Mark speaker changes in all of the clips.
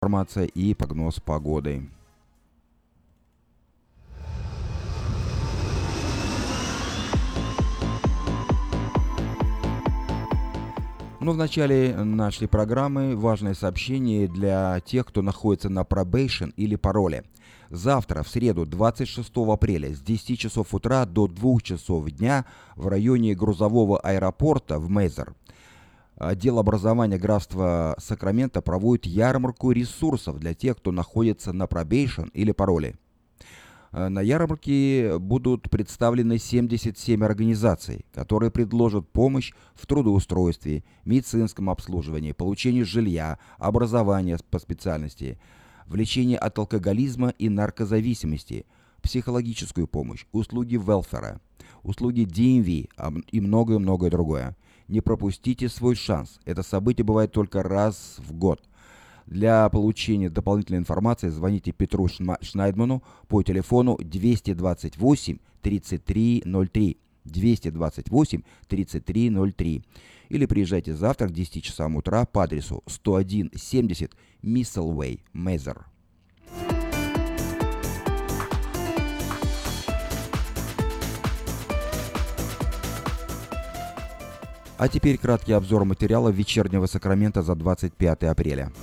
Speaker 1: информация и прогноз погоды. В начале нашей программы важное сообщение для тех, кто находится на probation или пароле. Завтра, в среду, 26 апреля, с 10 часов утра до 2 часов дня в районе грузового аэропорта в Мейзер отдел образования графства Сакраменто проводит ярмарку ресурсов для тех, кто находится на probation или пароле. На ярмарке будут представлены 77 организаций, которые предложат помощь в трудоустройстве, медицинском обслуживании, получении жилья, образования по специальности, в лечении от алкоголизма и наркозависимости, психологическую помощь, услуги велфера, услуги DMV и многое-многое другое. Не пропустите свой шанс. Это событие бывает только раз в год. Для получения дополнительной информации звоните Петру Шнайдману по телефону 228 3303 228 3303 или приезжайте завтра к 10 часам утра по адресу 10170 Мисселвей, Мейзер. А теперь краткий обзор материала вечернего Сакрамента за 25 апреля.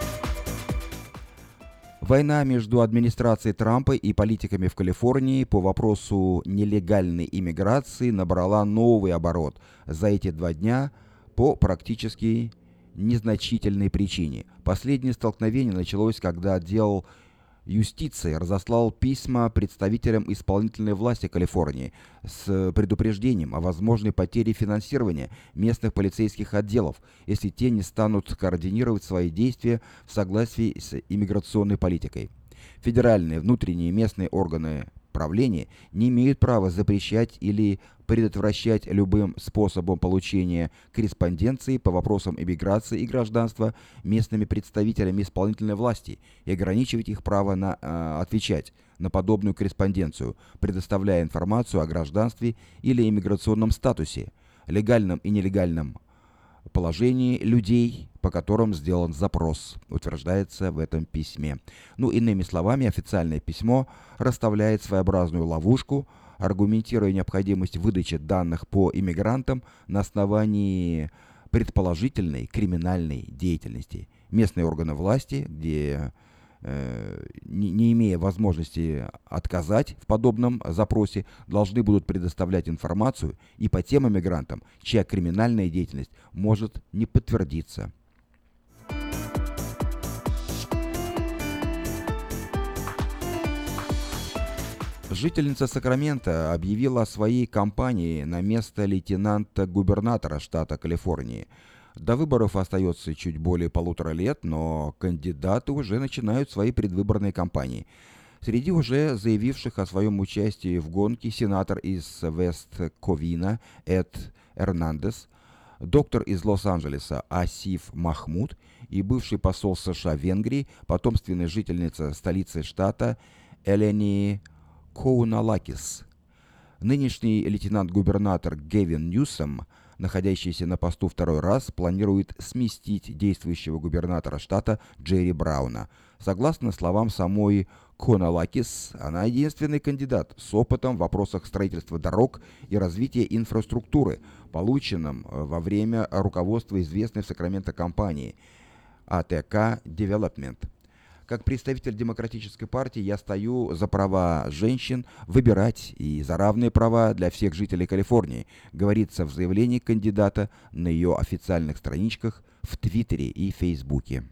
Speaker 1: Война между администрацией Трампа и политиками в Калифорнии по вопросу нелегальной иммиграции набрала новый оборот за эти 2 дня по практически незначительной причине. Последнее столкновение началось, когда отдел юстиции разослал письма представителям исполнительной власти Калифорнии с предупреждением о возможной потере финансирования местных полицейских отделов, если те не станут координировать свои действия в согласии с иммиграционной политикой. Федеральные, внутренние и местные органы правления не имеют права запрещать или предотвращать любым способом получения корреспонденции по вопросам иммиграции и гражданства местными представителями исполнительной власти и ограничивать их право отвечать на подобную корреспонденцию, предоставляя информацию о гражданстве или иммиграционном статусе, легальном и нелегальном положении людей, по которым сделан запрос, утверждается в этом письме. Иными словами, официальное письмо расставляет своеобразную ловушку, аргументируя необходимость выдачи данных по иммигрантам на основании предположительной криминальной деятельности. Местные органы власти, где не имея возможности отказать в подобном запросе, должны будут предоставлять информацию и по тем иммигрантам, чья криминальная деятельность может не подтвердиться. Жительница Сакрамента объявила о своей кампании на место лейтенанта-губернатора штата Калифорнии. До выборов остается чуть более 1,5 лет, но кандидаты уже начинают свои предвыборные кампании. Среди уже заявивших о своем участии в гонке сенатор из Вест-Ковина Эд Эрнандес, доктор из Лос-Анджелеса Асиф Махмуд и бывший посол США в Венгрии, потомственная жительница столицы штата Элени Коуналакис. Нынешний лейтенант-губернатор Гэвин Ньюсом, находящийся на посту 2-й раз, планирует сместить действующего губернатора штата Джерри Брауна. Согласно словам самой Коуналакис, она единственный кандидат с опытом в вопросах строительства дорог и развития инфраструктуры, полученным во время руководства известной в Сакраменто компании АТК Development. Как представитель Демократической партии я стою за права женщин выбирать и за равные права для всех жителей Калифорнии, говорится в заявлении кандидата на ее официальных страничках в Твиттере и Фейсбуке.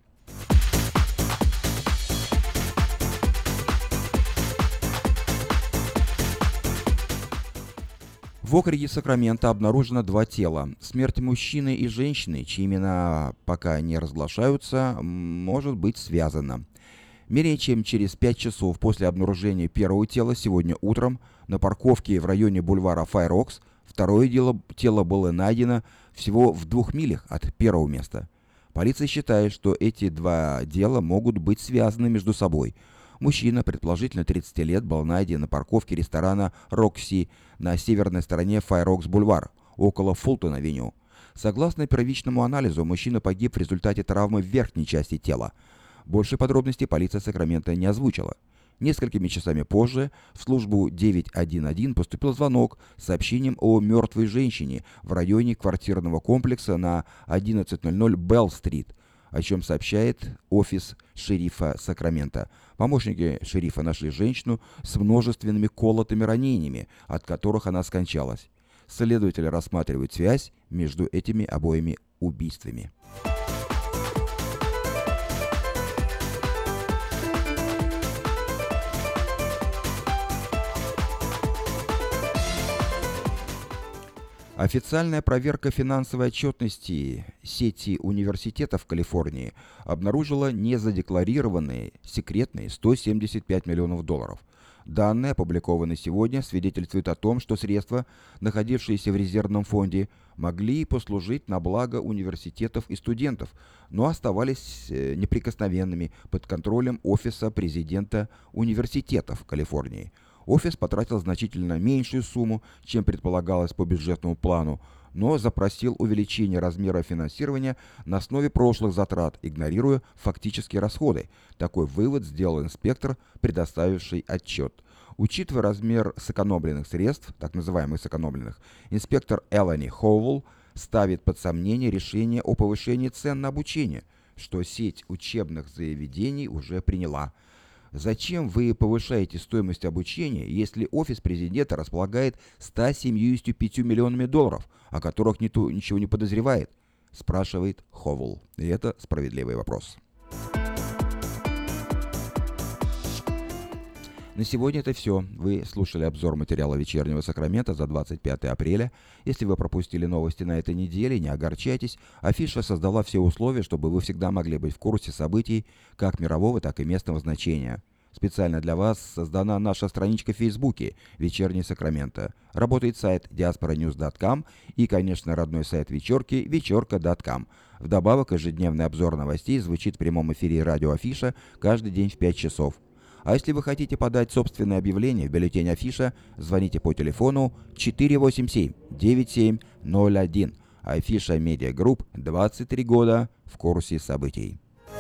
Speaker 1: В округе Сакраменто обнаружено 2 тела. Смерть мужчины и женщины, чьи имена пока не разглашаются, может быть связана. Менее чем через 5 часов после обнаружения первого тела сегодня утром на парковке в районе бульвара Файр-Окс второе тело было найдено всего в 2 милях от первого места. Полиция считает, что эти 2 дела могут быть связаны между собой. Мужчина, предположительно 30 лет, был найден на парковке ресторана «Рокси» на северной стороне Файр-Окс-бульвар, около Фултон-авеню. Согласно первичному анализу, мужчина погиб в результате травмы в верхней части тела. Больше подробностей полиция Сакраменто не озвучила. Несколькими часами позже в службу 911 поступил звонок с сообщением о мертвой женщине в районе квартирного комплекса на 1100 Белл-стрит, о чем сообщает офис шерифа Сакраменто. Помощники шерифа нашли женщину с множественными колотыми ранениями, от которых она скончалась. Следователи рассматривают связь между этими обоими убийствами. Официальная проверка финансовой отчетности сети университетов в Калифорнии обнаружила незадекларированные секретные $175 миллионов. Данные, опубликованные сегодня, свидетельствуют о том, что средства, находившиеся в резервном фонде, могли послужить на благо университетов и студентов, но оставались неприкосновенными под контролем офиса президента университетов в Калифорнии. Офис потратил значительно меньшую сумму, чем предполагалось по бюджетному плану, но запросил увеличение размера финансирования на основе прошлых затрат, игнорируя фактические расходы. Такой вывод сделал инспектор, предоставивший отчет. Учитывая размер сэкономленных средств, так называемых сэкономленных, инспектор Элани Хоувелл ставит под сомнение решение о повышении цен на обучение, что сеть учебных заведений уже приняла. Зачем вы повышаете стоимость обучения, если офис президента располагает $175 миллионами, о которых никто ничего не подозревает? Спрашивает Хоувелл. И это справедливый вопрос. На сегодня это все. Вы слушали обзор материала «Вечернего Сакрамента» за 25 апреля. Если вы пропустили новости на этой неделе, не огорчайтесь. Афиша создала все условия, чтобы вы всегда могли быть в курсе событий как мирового, так и местного значения. Специально для вас создана наша страничка в Фейсбуке «Вечерний Сакраменто». Работает сайт diasporanews.com и, конечно, родной сайт вечерки вечерка.com. Вдобавок, ежедневный обзор новостей звучит в прямом эфире радио Афиша каждый день в 5 часов. А если вы хотите подать собственное объявление в бюллетень Афиша, звоните по телефону 487-9701. Афиша Медиа Групп, 23 года в курсе событий.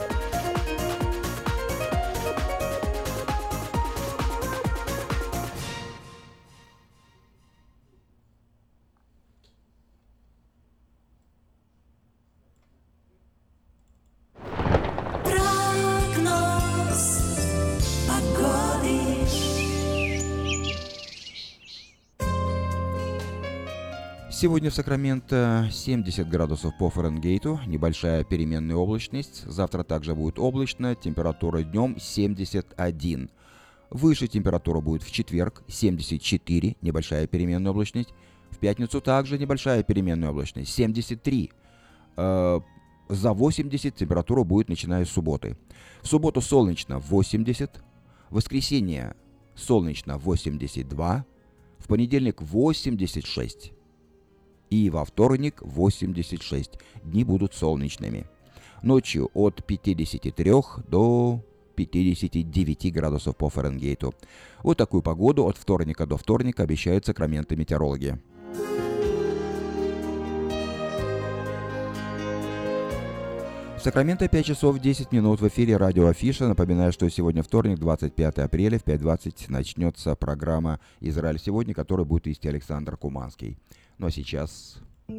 Speaker 1: Сегодня в Сакраменто 70 градусов по Фаренгейту, небольшая переменная облачность. Завтра также будет облачно, температура днем 71. Выше температура будет в четверг 74, небольшая переменная облачность. В пятницу также небольшая переменная облачность 73. За 80 температура будет начиная с субботы. В субботу солнечно 80, в воскресенье солнечно 82, в понедельник 86. И во вторник 86. Дни будут солнечными. Ночью от 53 до 59 градусов по Фаренгейту. Вот такую погоду от вторника до вторника обещают Сакраменто метеорологи. В Сакраменто 5 часов 10 минут в эфире радио Афиша. Напоминаю, что сегодня вторник, 25 апреля, в 5:20 начнется программа «Израиль сегодня», которую будет вести Александр Куманский. Ну а сейчас...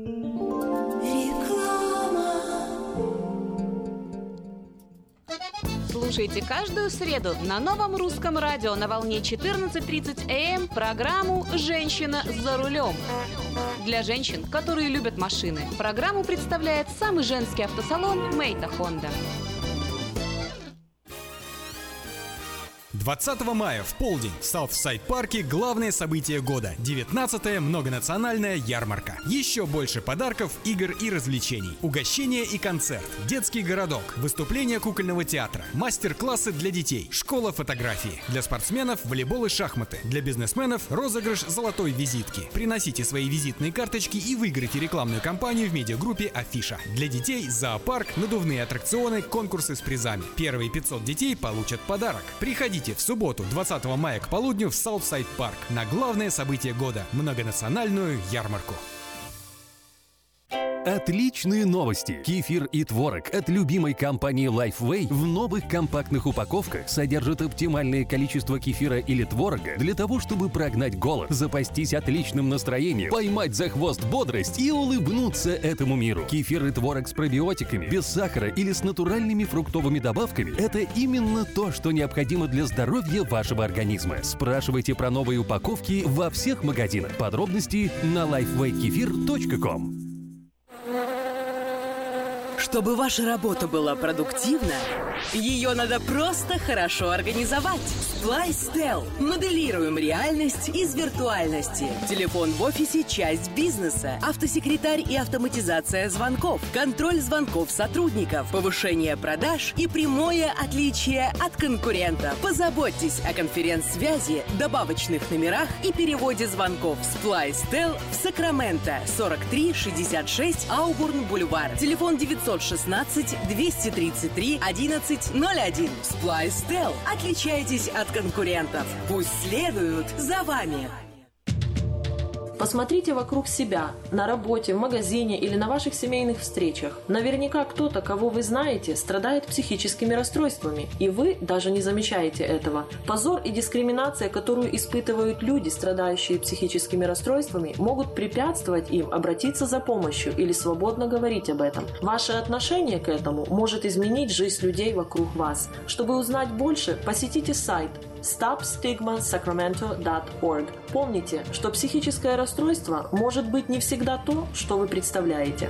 Speaker 2: Слушайте каждую среду на новом русском радио на волне 14:30 АМ программу «Женщина за рулем». Для женщин, которые любят машины, программу представляет самый женский автосалон «Мейта Хонда».
Speaker 3: 20 мая в полдень в Саутсайд-парке главное событие года – 19-я многонациональная ярмарка. Еще больше подарков, игр и развлечений. Угощение и концерт, детский городок, выступление кукольного театра, мастер-классы для детей, школа фотографии. Для спортсменов – волейбол и шахматы. Для бизнесменов – розыгрыш золотой визитки. Приносите свои визитные карточки и выиграйте рекламную кампанию в медиагруппе Афиша. Для детей – зоопарк, надувные аттракционы, конкурсы с призами. Первые 500 детей получат подарок. Приходите в субботу, 20 мая к полудню в Саутсайд-парк на главное событие года – многонациональную ярмарку.
Speaker 4: Отличные новости! Кефир и творог от любимой компании Lifeway в новых компактных упаковках содержат оптимальное количество кефира или творога для того, чтобы прогнать голод, запастись отличным настроением, поймать за хвост бодрость и улыбнуться этому миру. Кефир и творог с пробиотиками, без сахара или с натуральными фруктовыми добавками – это именно то, что необходимо для здоровья вашего организма. Спрашивайте про новые упаковки во всех магазинах. Подробности на lifewaykefir.com.
Speaker 5: Чтобы ваша работа была продуктивна, ее надо просто хорошо организовать. SpliceTel. Моделируем реальность из виртуальности. Телефон в офисе – часть бизнеса. Автосекретарь и автоматизация звонков. Контроль звонков сотрудников. Повышение продаж и прямое отличие от конкурентов. Позаботьтесь о конференц-связи, добавочных номерах и переводе звонков. SpliceTel в Сакраменто. 4366 Аубурн-Бульвар. Телефон 916-233-1101. SpliceTel. Отличайтесь от конкурентов. Пусть следуют за вами.
Speaker 6: Посмотрите вокруг себя, на работе, в магазине или на ваших семейных встречах. Наверняка кто-то, кого вы знаете, страдает психическими расстройствами, и вы даже не замечаете этого. Позор и дискриминация, которую испытывают люди, страдающие психическими расстройствами, могут препятствовать им обратиться за помощью или свободно говорить об этом. Ваше отношение к этому может изменить жизнь людей вокруг вас. Чтобы узнать больше, посетите сайт stopstigmasacramento.org. Помните, что психическое расстройство может быть не всегда то, что вы представляете.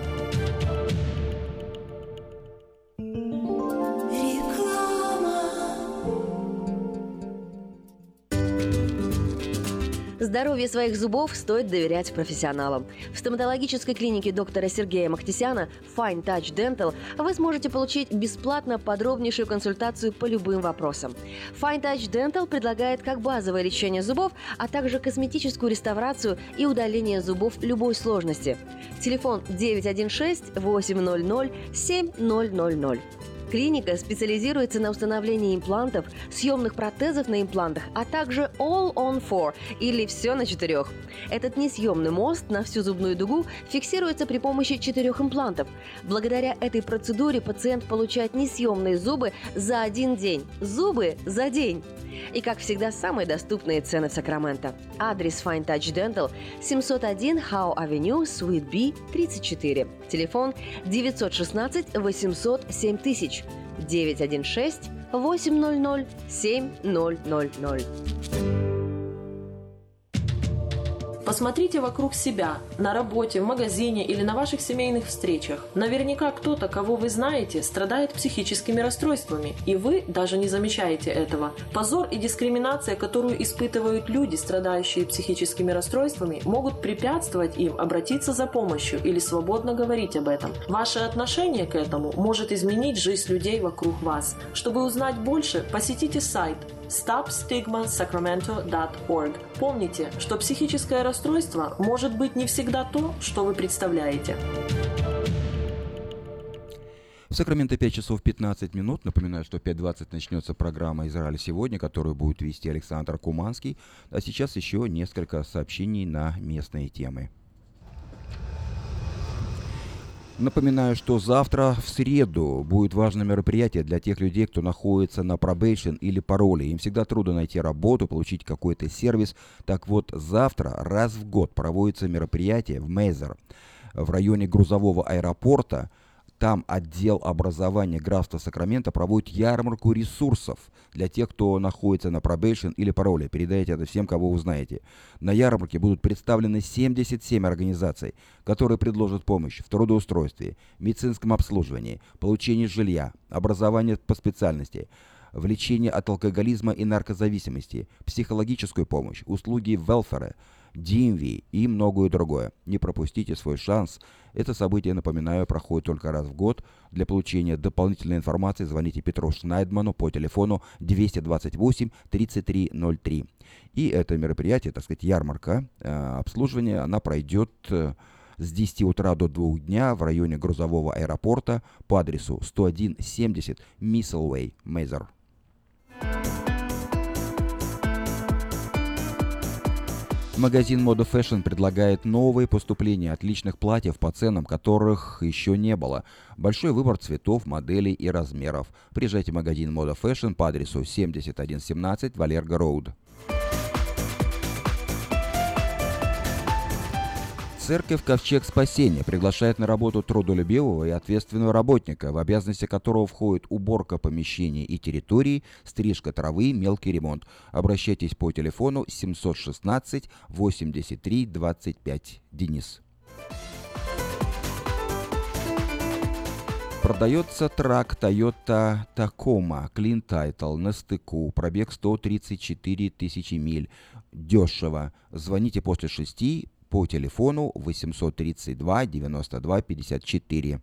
Speaker 7: Здоровью своих зубов стоит доверять профессионалам. В стоматологической клинике доктора Сергея Махтисяна Fine Touch Dental вы сможете получить бесплатно подробнейшую консультацию по любым вопросам. Fine Touch Dental предлагает как базовое лечение зубов, а также косметическую реставрацию и удаление зубов любой сложности. Телефон 916-800-7000. Клиника специализируется на установлении имплантов, съемных протезов на имплантах, а также All on 4 или все на 4. Этот несъемный мост на всю зубную дугу фиксируется при помощи 4 имплантов. Благодаря этой процедуре пациент получает несъемные зубы за один день. Зубы за день! И, как всегда, самые доступные цены в Сакраменто. Адрес Fine Touch Dental 701 Howe Avenue, Suite B, 34. Телефон 916-800-7000. 916-800-7000.
Speaker 6: Посмотрите вокруг себя, на работе, в магазине или на ваших семейных встречах. Наверняка кто-то, кого вы знаете, страдает психическими расстройствами, и вы даже не замечаете этого. Позор и дискриминация, которую испытывают люди, страдающие психическими расстройствами, могут препятствовать им обратиться за помощью или свободно говорить об этом. Ваше отношение к этому может изменить жизнь людей вокруг вас. Чтобы узнать больше, посетите сайт stopstigmasacramento.org. Помните, что психическое расстройство может быть не всегда то, что вы представляете.
Speaker 1: В Сакраменто 5 часов 15 минут. Напоминаю, что в 5:20 начнется программа «Израиль сегодня», которую будет вести Александр Куманский. А сейчас еще несколько сообщений на местные темы. Напоминаю, что завтра, в среду, будет важное мероприятие для тех людей, кто находится на probation или пароле. Им всегда трудно найти работу, получить какой-то сервис. Так вот, завтра раз в год проводится мероприятие в Мейзер, в районе грузового аэропорта. Там отдел образования графства Сакраменто проводит ярмарку ресурсов для тех, кто находится на probation или пароле. Передайте это всем, кого вы знаете. На ярмарке будут представлены 77 организаций, которые предложат помощь в трудоустройстве, медицинском обслуживании, получении жилья, образовании по специальности, в лечении от алкоголизма и наркозависимости, психологическую помощь, услуги велфера, DMV и многое другое. Не пропустите свой шанс. Это событие, напоминаю, проходит только раз в год. Для получения дополнительной информации звоните Петру Шнайдману по телефону 228-3303. И это мероприятие, так сказать, ярмарка обслуживания, она пройдет с 10 утра до 2 дня в районе грузового аэропорта по адресу 10170 Мисселвей, Мейзер. Магазин Moda Fashion предлагает новые поступления отличных платьев по ценам, которых еще не было. Большой выбор цветов, моделей и размеров. Приезжайте в магазин Moda Fashion по адресу 7117 Валерго Роуд. Церковь Ковчег Спасения приглашает на работу трудолюбивого и ответственного работника, в обязанности которого входит уборка помещений и территорий, стрижка травы, мелкий ремонт. Обращайтесь по телефону 716 83 25. Денис. Продается трак Toyota Tacoma Clean Title на стыку, пробег 134 тысячи миль. Дешево. Звоните после 6 по телефону 832 92 54.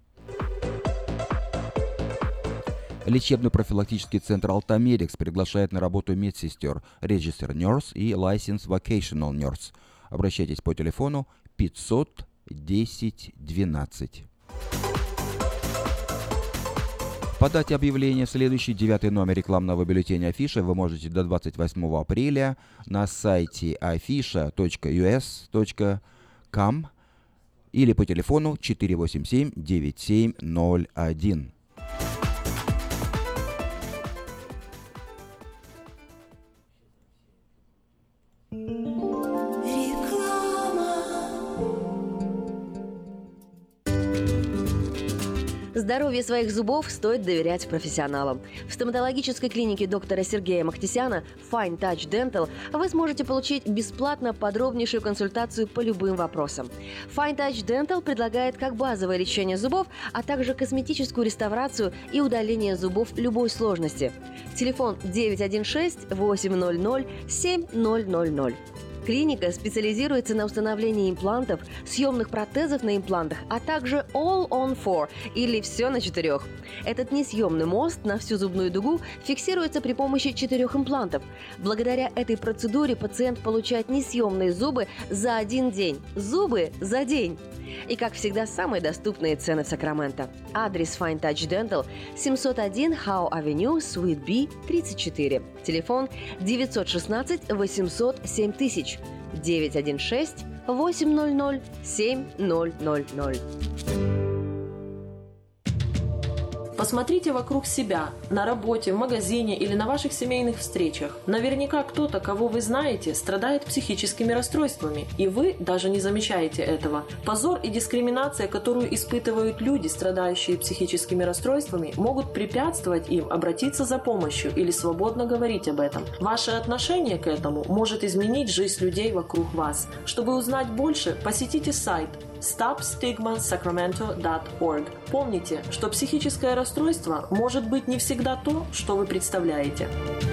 Speaker 1: Лечебно-профилактический центр «Алтамедикс» приглашает на работу медсестер, Register Nurse и License Vocational Nurse. Обращайтесь по телефону 510 12. Подать объявление в следующий 9 номер рекламного бюллетеня Афиша вы можете до 28 апреля на сайте afisha.us.com или по телефону 487-9701.
Speaker 7: Здоровье своих зубов стоит доверять профессионалам. В стоматологической клинике доктора Сергея Махтисяна Fine Touch Dental вы сможете получить бесплатно подробнейшую консультацию по любым вопросам. Fine Touch Dental предлагает как базовое лечение зубов, а также косметическую реставрацию и удаление зубов любой сложности. Телефон 916-800-7000. Клиника специализируется на установлении имплантов, съемных протезов на имплантах, а также All on 4 или все на 4. Этот несъемный мост на всю зубную дугу фиксируется при помощи 4 имплантов. Благодаря этой процедуре пациент получает несъемные зубы за один день. Зубы за день! И, как всегда, самые доступные цены в Сакраменто. Адрес Fine Touch Dental 701 Howe Avenue, Suite B, 34. Телефон 916-800-7000. 916-800-7000.
Speaker 6: Посмотрите вокруг себя, на работе, в магазине или на ваших семейных встречах. Наверняка кто-то, кого вы знаете, страдает психическими расстройствами, и вы даже не замечаете этого. Позор и дискриминация, которую испытывают люди, страдающие психическими расстройствами, могут препятствовать им обратиться за помощью или свободно говорить об этом. Ваше отношение к этому может изменить жизнь людей вокруг вас. Чтобы узнать больше, посетите сайт stopstigmasacramento.org. Помните, что психическое расстройство может быть не всегда то, что вы представляете.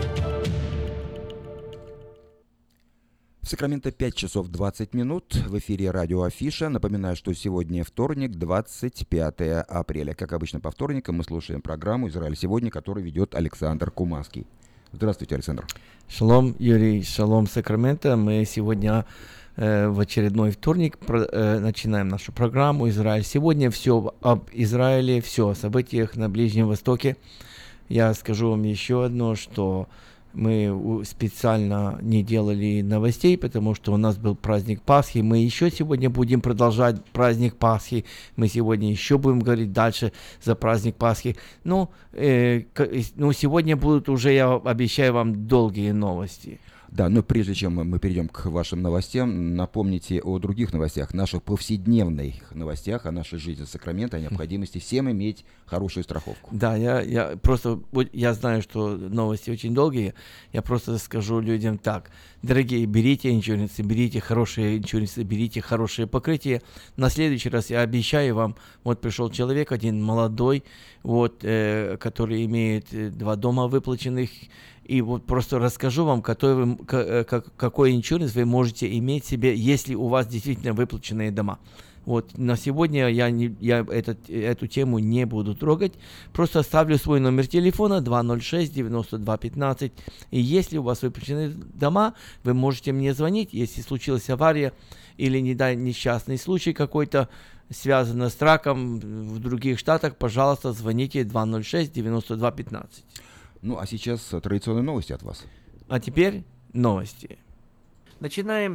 Speaker 1: В Сакраменто 5 часов 20 минут. В эфире радио Афиша. Напоминаю, что сегодня вторник, 25 апреля. Как обычно по вторникам мы слушаем программу «Израиль сегодня», которую ведет Александр Кумаский. Здравствуйте, Александр.
Speaker 8: Шалом, Юрий. Шалом, Сакраменто. Мы сегодня в очередной вторник начинаем нашу программу «Израиль сегодня». Все об Израиле, все о событиях на Ближнем Востоке. Я скажу вам еще одно, что мы специально не делали новостей, потому что у нас был праздник Пасхи. Мы еще сегодня будем продолжать праздник Пасхи. Мы сегодня еще будем говорить дальше за праздник Пасхи. Но сегодня будут уже, я обещаю вам, долгие новости.
Speaker 1: Да, но прежде чем мы перейдем к вашим новостям, напомните о других новостях, наших повседневных новостях, о нашей жизни в Сакраменто, о необходимости всем иметь хорошую страховку.
Speaker 8: Да, я знаю, что новости очень долгие, я просто скажу людям так: дорогие, берите иншуренсы, берите хорошие иншуренсы, берите хорошее покрытие. На следующий раз я обещаю вам, вот пришел человек один молодой, который имеет 2 дома выплаченных. И вот просто расскажу вам, какой иншуренс вы можете иметь себе, если у вас действительно выплаченные дома. Вот на сегодня я эту тему не буду трогать. Просто оставлю свой номер телефона 206-92-15. И если у вас выплачены дома, вы можете мне звонить. Если случилась авария или, не дай, несчастный случай какой-то, связанный с раком в других штатах, пожалуйста, звоните 206-92-15.
Speaker 1: Ну, а сейчас традиционные новости от вас.
Speaker 8: А теперь новости. Начинаем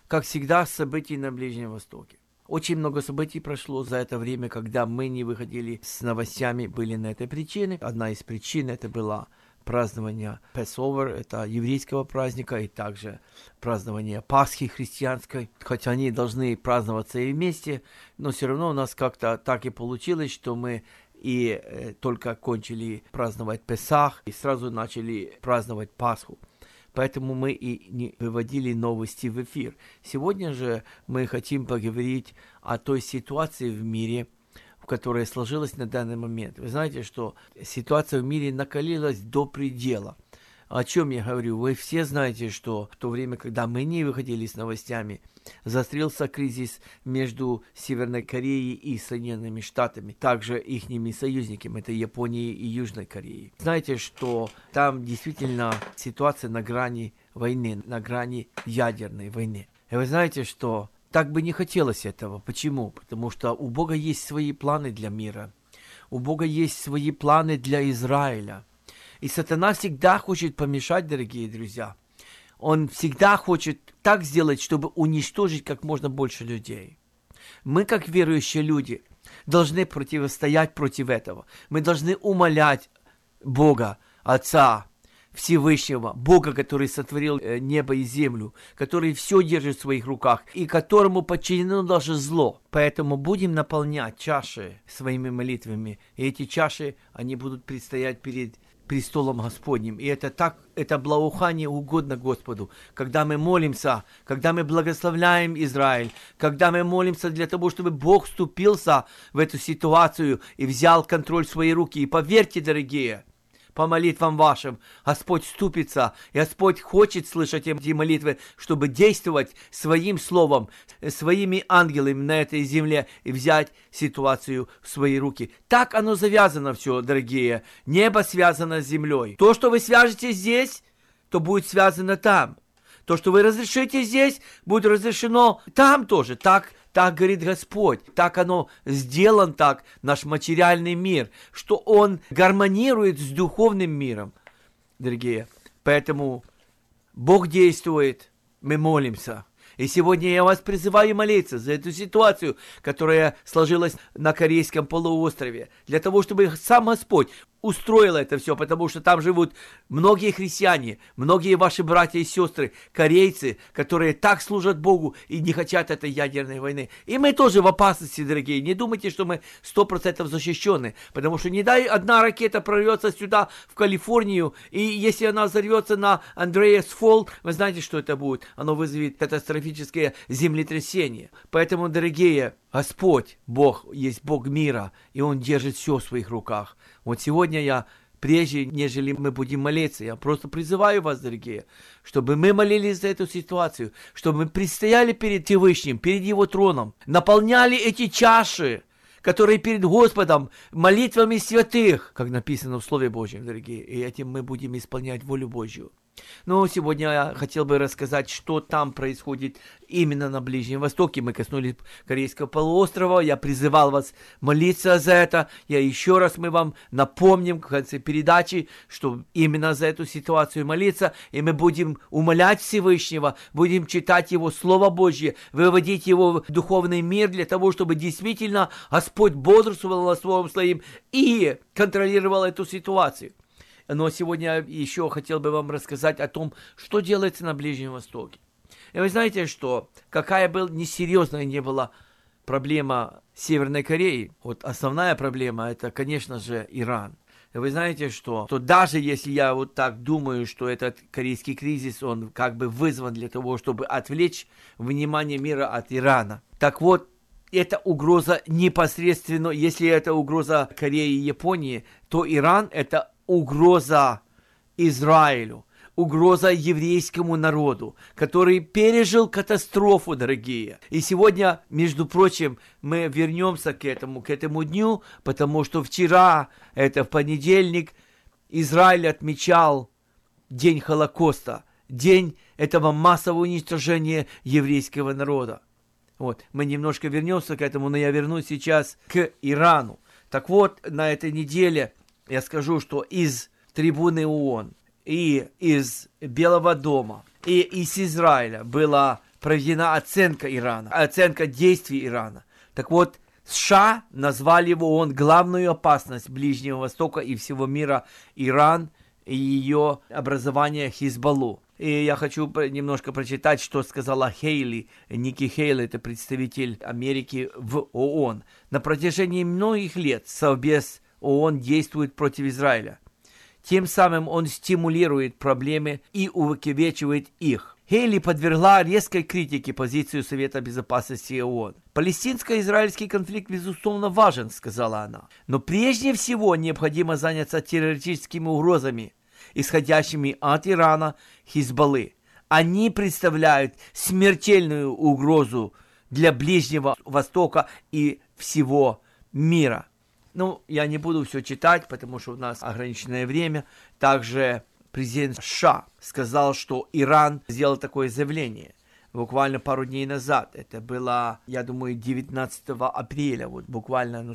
Speaker 8: как всегда, событий на Ближнем Востоке. Очень много событий прошло за это время, когда мы не выходили с новостями, были на этой причине. Одна из причин это была празднование Passover, это еврейского праздника, и также празднование Пасхи христианской. Хотя они должны праздноваться и вместе, но все равно у нас как-то так и получилось, что мы и только кончили праздновать Песах, и сразу начали праздновать Пасху. Поэтому мы и не выводили новости в эфир. Сегодня же мы хотим поговорить о той ситуации в мире, которая сложилась на данный момент. Вы знаете, что ситуация в мире накалилась до предела. О чем я говорю? Вы все знаете, что в то время, когда мы не выходили с новостями, застрелился кризис между Северной Кореей и Соединенными Штатами, также ихними союзниками, это Японией и Южной Кореей. Знаете, что там действительно ситуация на грани войны, на грани ядерной войны. И вы знаете, что так бы не хотелось этого. Почему? Потому что у Бога есть свои планы для мира. У Бога есть свои планы для Израиля. И сатана всегда хочет помешать, дорогие друзья. Он всегда хочет так сделать, чтобы уничтожить как можно больше людей. Мы, как верующие люди, должны противостоять против этого. Мы должны умолять Бога, Отца Всевышнего, Бога, который сотворил небо и землю, который все держит в своих руках и которому подчинено даже зло. Поэтому будем наполнять чаши своими молитвами. И эти чаши, они будут предстоять перед престолом Господним. И это благоухание угодно Господу. Когда мы молимся, когда мы благословляем Израиль, когда мы молимся для того, чтобы Бог вступился в эту ситуацию и взял контроль в свои руки. И поверьте, дорогие, по молитвам вашим Господь вступится, и Господь хочет слышать эти молитвы, чтобы действовать своим словом, своими ангелами на этой земле и взять ситуацию в свои руки. Так оно завязано все, дорогие. Небо связано с землей. То, что вы свяжете здесь, то будет связано там. То, что вы разрешите здесь, будет разрешено там тоже. Так говорит Господь, так оно сделан, так наш материальный мир, что он гармонирует с духовным миром, дорогие. Поэтому Бог действует, мы молимся. И сегодня я вас призываю молиться за эту ситуацию, которая сложилась на Корейском полуострове, для того, чтобы сам Господь устроил это все, потому что там живут многие христиане, многие ваши братья и сестры, корейцы, которые так служат Богу и не хотят этой ядерной войны. И мы тоже в опасности, дорогие. Не думайте, что мы 100% защищены, потому что не дай одна ракета прорвется сюда, в Калифорнию, и если она взорвется на Андреас Фолл, вы знаете, что это будет? Оно вызовет катастрофическое землетрясение. Поэтому, дорогие, Господь, Бог, есть Бог мира, и Он держит все в своих руках. Вот сегодня я, прежде нежели мы будем молиться, я просто призываю вас, дорогие, чтобы мы молились за эту ситуацию, чтобы мы предстояли перед Всевышним, перед Его троном, наполняли эти чаши, которые перед Господом, молитвами святых, как написано в Слове Божьем, дорогие, и этим мы будем исполнять волю Божью. Но сегодня я хотел бы рассказать, что там происходит именно на Ближнем Востоке. Мы коснулись Корейского полуострова. Я призывал вас молиться за это. Мы вам напомним в конце передачи, что именно за эту ситуацию молиться. И мы будем умолять Всевышнего, будем читать Его Слово Божье, выводить Его в духовный мир для того, чтобы действительно Господь бодрствовал на Словом Своим и контролировал эту ситуацию. Но сегодня еще хотел бы вам рассказать о том, что делается на Ближнем Востоке. И вы знаете, что какая бы несерьезная не была проблема Северной Кореи, вот основная проблема это, конечно же, Иран. И вы знаете, что даже если я вот так думаю, что этот корейский кризис, он как бы вызван для того, чтобы отвлечь внимание мира от Ирана. Так вот, это угроза непосредственно, если это угроза Кореи и Японии, то Иран это угроза Израилю, угроза еврейскому народу, который пережил катастрофу, дорогие. И сегодня, между прочим, мы вернемся к этому дню, потому что вчера, это в понедельник, Израиль отмечал День Холокоста, день этого массового уничтожения еврейского народа. Вот, мы немножко вернемся к этому, но я вернусь сейчас к Ирану. Так вот, на этой неделе я скажу, что из трибуны ООН и из Белого дома и из Израиля было проведена оценка Ирана, оценка действий Ирана. Так вот, США назвали в ООН главную опасность Ближнего Востока и всего мира Иран и ее образование Хизбаллу. И я хочу немножко прочитать, что сказала Хейли. Ники Хейли, это представитель Америки в ООН. На протяжении многих лет Совбез ООН действует против Израиля. Тем самым он стимулирует проблемы и увековечивает их. Хейли подвергла резкой критике позицию Совета Безопасности ООН. «Палестинско-израильский конфликт, безусловно, важен», — сказала она. «Но прежде всего необходимо заняться террористическими угрозами, исходящими от Ирана, Хизбаллы. Они представляют смертельную угрозу для Ближнего Востока и всего мира». Ну, я не буду все читать, потому что у нас ограниченное время. Также президент США сказал, что Иран сделал такое заявление буквально пару дней назад. Это было, я думаю, 19 апреля, вот буквально,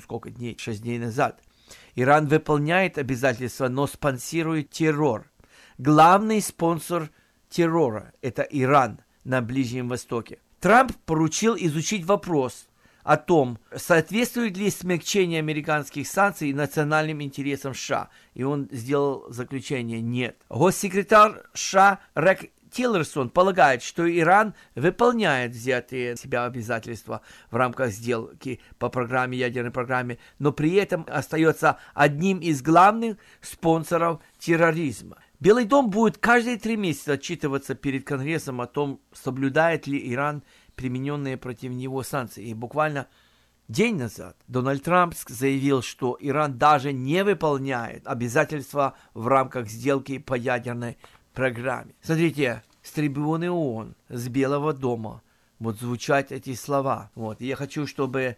Speaker 8: 6 дней назад. Иран выполняет обязательства, но спонсирует террор. Главный спонсор террора – это Иран на Ближнем Востоке. Трамп поручил изучить вопрос о том, соответствует ли смягчение американских санкций национальным интересам США. И он сделал заключение «нет». Госсекретарь США Рекс Тиллерсон полагает, что Иран выполняет взятые на себя обязательства в рамках сделки по программе, ядерной программе, но при этом остается одним из главных спонсоров терроризма. Белый дом будет каждые 3 месяца отчитываться перед Конгрессом о том, соблюдает ли Иран примененные против него санкции. И буквально день назад Дональд Трамп заявил, что Иран даже не выполняет обязательства в рамках сделки по ядерной программе. Смотрите, с трибуны ООН, с Белого дома, вот звучат эти слова. Вот. И я хочу, чтобы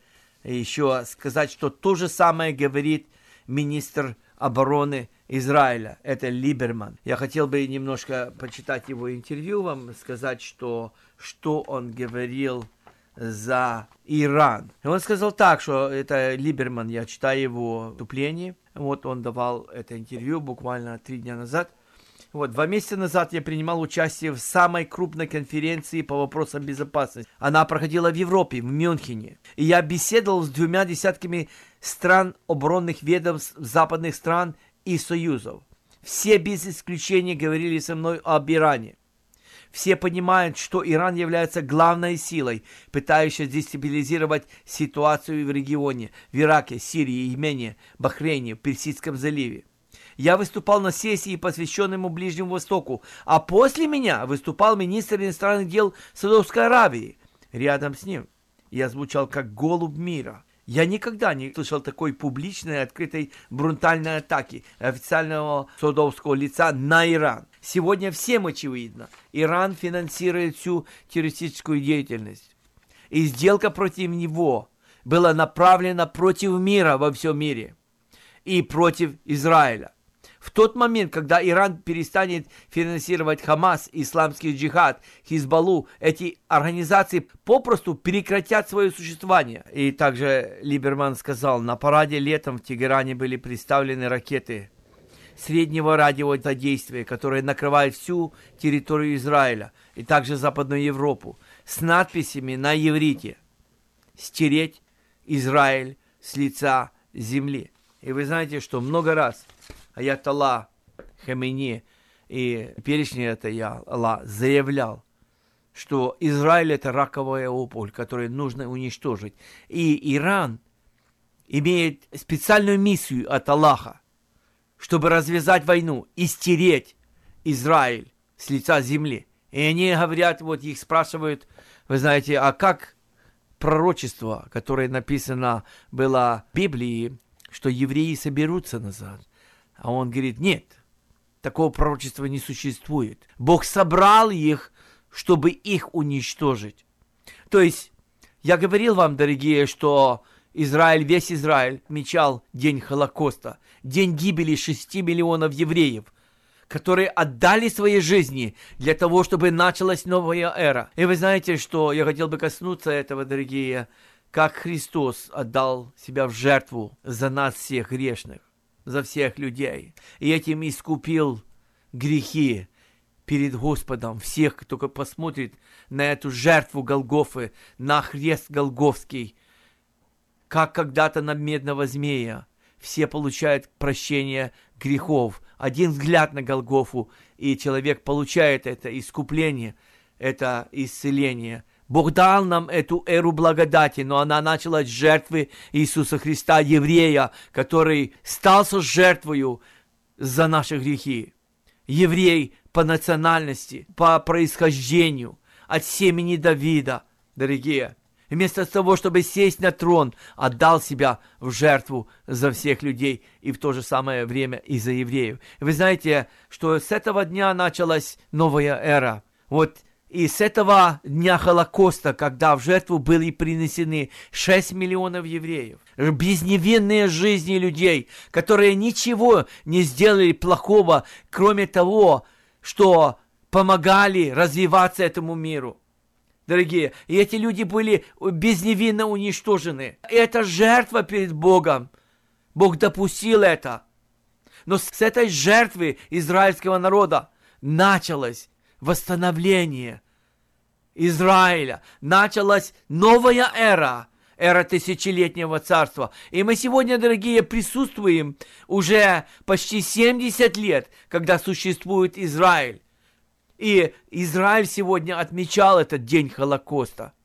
Speaker 8: еще сказать, что то же самое говорит министр обороны Израиля, это Либерман. Я хотел бы немножко почитать его интервью, вам сказать, что он говорил за Иран. И он сказал так, что это Либерман, я читаю его вступление. Вот он давал это интервью буквально 3 дня назад. Вот, 2 месяца назад я принимал участие в самой крупной конференции по вопросам безопасности. Она проходила в Европе, в Мюнхене. И я беседовал с 2 десятками стран оборонных ведомств западных стран и союзов. Все без исключения говорили со мной об Иране. Все понимают, что Иран является главной силой, пытающейся дестабилизировать ситуацию в регионе, в Ираке, Сирии, Йемене, Бахрейне, в Персидском заливе. Я выступал на сессии, посвященному Ближнему Востоку, а после меня выступал министр иностранных дел Саудовской Аравии. Рядом с ним я звучал как голубь мира. Я никогда не слышал такой публичной, открытой, брутальной атаки официального саудовского лица на Иран. Сегодня всем очевидно, Иран финансирует всю террористическую деятельность. И сделка против него была направлена против мира во всем мире и против Израиля. В тот момент, когда Иран перестанет финансировать Хамас, Исламский джихад, Хизбаллу, эти организации попросту прекратят свое существование. И также Либерман сказал, на параде летом в Тегеране были представлены ракеты среднего радиодействия, которые накрывают всю территорию Израиля и также Западную Европу, с надписями на иврите «Стереть Израиль с лица земли». И вы знаете, что много раз Аятолла Хамейни и теперешний Аятолла заявлял, что Израиль – это раковая опухоль, которую нужно уничтожить. И Иран имеет специальную миссию от Аллаха, чтобы развязать войну и стереть Израиль с лица земли. И они говорят, вот их спрашивают, вы знаете, а как пророчество, которое написано было в Библии, что евреи соберутся назад? А он говорит, нет, такого пророчества не существует. Бог собрал их, чтобы их уничтожить. То есть, я говорил вам, дорогие, что Израиль, весь Израиль отмечал день Холокоста, день гибели 6 миллионов евреев, которые отдали свои жизни для того, чтобы началась новая эра. И вы знаете, что я хотел бы коснуться этого, дорогие, как Христос отдал себя в жертву за нас всех грешных, за всех людей, и этим искупил грехи перед Господом всех, кто посмотрит на эту жертву Голгофы, на хрест Голгофский, как когда-то на медного змея. Все получают прощение грехов. Один взгляд на Голгофу, и человек получает это искупление, это исцеление. Бог дал нам эту эру благодати, но она началась с жертвы Иисуса Христа, еврея, который стался жертвою за наши грехи. Еврей по национальности, по происхождению, от семени Давида, дорогие. Вместо того, чтобы сесть на трон, отдал себя в жертву за всех людей и в то же самое время и за евреев. Вы знаете, что с этого дня началась новая эра. Вот и с этого дня Холокоста, когда в жертву были принесены 6 миллионов евреев, безневинные жизни людей, которые ничего не сделали плохого, кроме того, что помогали развиваться этому миру. Дорогие, и эти люди были безневинно уничтожены. Это жертва перед Богом. Бог допустил это. Но с этой жертвы израильского народа началось восстановление Израиля. Началась новая эра. Эра тысячелетнего царства. И мы сегодня, дорогие, присутствуем уже почти 70 лет, когда существует Израиль. И Израиль сегодня отмечал этот день Холокоста.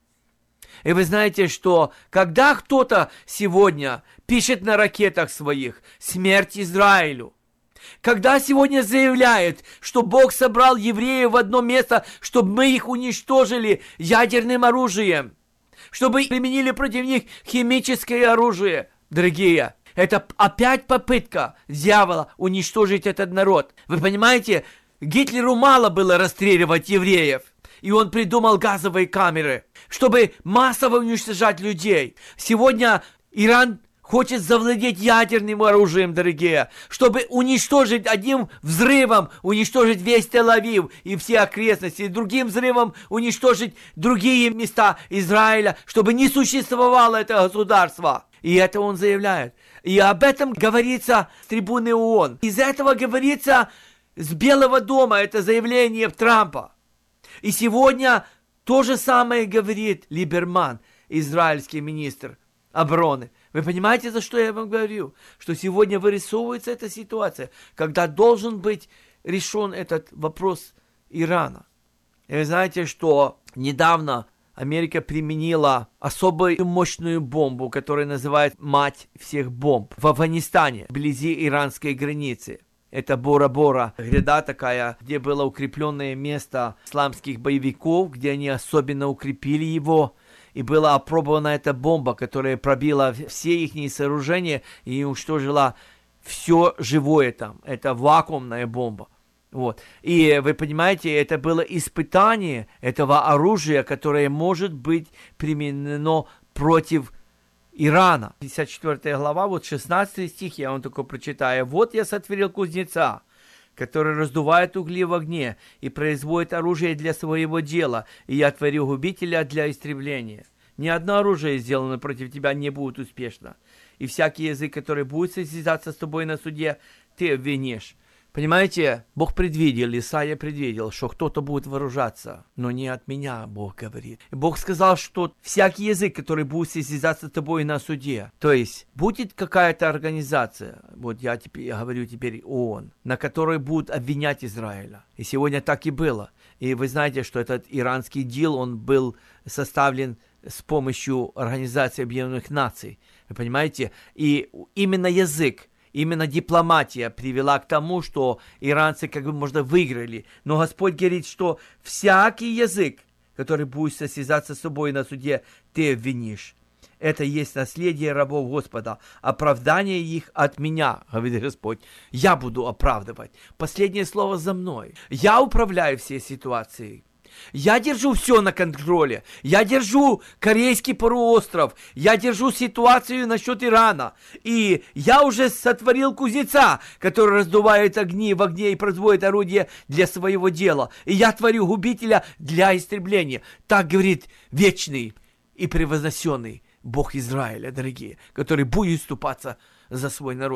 Speaker 8: И вы знаете, что когда кто-то сегодня пишет на ракетах своих «Смерть Израилю», когда сегодня заявляет, что Бог собрал евреев в одно место, чтобы мы их уничтожили ядерным оружием, чтобы применили против них химическое оружие, дорогие, это опять попытка дьявола уничтожить этот народ. Вы понимаете, Гитлеру мало было расстреливать евреев, и он придумал газовые камеры, чтобы массово уничтожать людей. Сегодня Иран хочет завладеть ядерным оружием, дорогие, чтобы уничтожить одним взрывом, уничтожить весь Тель-Авив и все окрестности, и другим взрывом уничтожить другие места Израиля, чтобы не существовало это государство. И это он заявляет. И об этом говорится с трибуны ООН. Из этого говорится с Белого дома, это заявление Трампа. И сегодня то же самое говорит Либерман, израильский министр обороны. Вы понимаете, за что я вам говорю? Что сегодня вырисовывается эта ситуация, когда должен быть решен этот вопрос Ирана. И вы знаете, что недавно Америка применила особую мощную бомбу, которая называется «Мать всех бомб» в Афганистане, вблизи иранской границы. Это Бора-Бора, гряда такая, где было укрепленное место исламских боевиков, где они особенно укрепили его. И была опробована эта бомба, которая пробила все их сооружения и уничтожила все живое там. Это вакуумная бомба. Вот. И вы понимаете, это было испытание этого оружия, которое может быть применено против Ирана. 54 глава, вот 16 стих, я вам только прочитаю. «Вот я сотворил кузнеца, который раздувает угли в огне и производит оружие для своего дела, и я творю губителя для истребления. Ни одно оружие, сделанное против тебя, не будет успешно, и всякий язык, который будет состязаться с тобой на суде, ты обвинишь». Понимаете, Бог предвидел, Исаия предвидел, что кто-то будет вооружаться, но не от меня, Бог говорит. И Бог сказал, что всякий язык, который будет состязаться с тобой на суде, то есть будет какая-то организация, вот я говорю теперь ООН, на которой будут обвинять Израиля. И сегодня так и было. И вы знаете, что этот иранский дил, он был составлен с помощью Организации Объединенных Наций. Вы понимаете? И именно язык, именно дипломатия привела к тому, что иранцы как бы, можно, выиграли. Но Господь говорит, что всякий язык, который будет состязаться с тобой на суде, ты обвинишь. Это есть наследие рабов Господа, оправдание их от меня, говорит Господь. Я буду оправдывать. Последнее слово за мной. Я управляю всей ситуацией. Я держу все на контроле. Я держу Корейский полуостров. Я держу ситуацию насчет Ирана. И я уже сотворил кузнеца, который раздувает огни в огне и производит орудие для своего дела. И я творю губителя для истребления. Так говорит вечный и превознесенный Бог Израиля, дорогие, который будет вступаться за свой народ.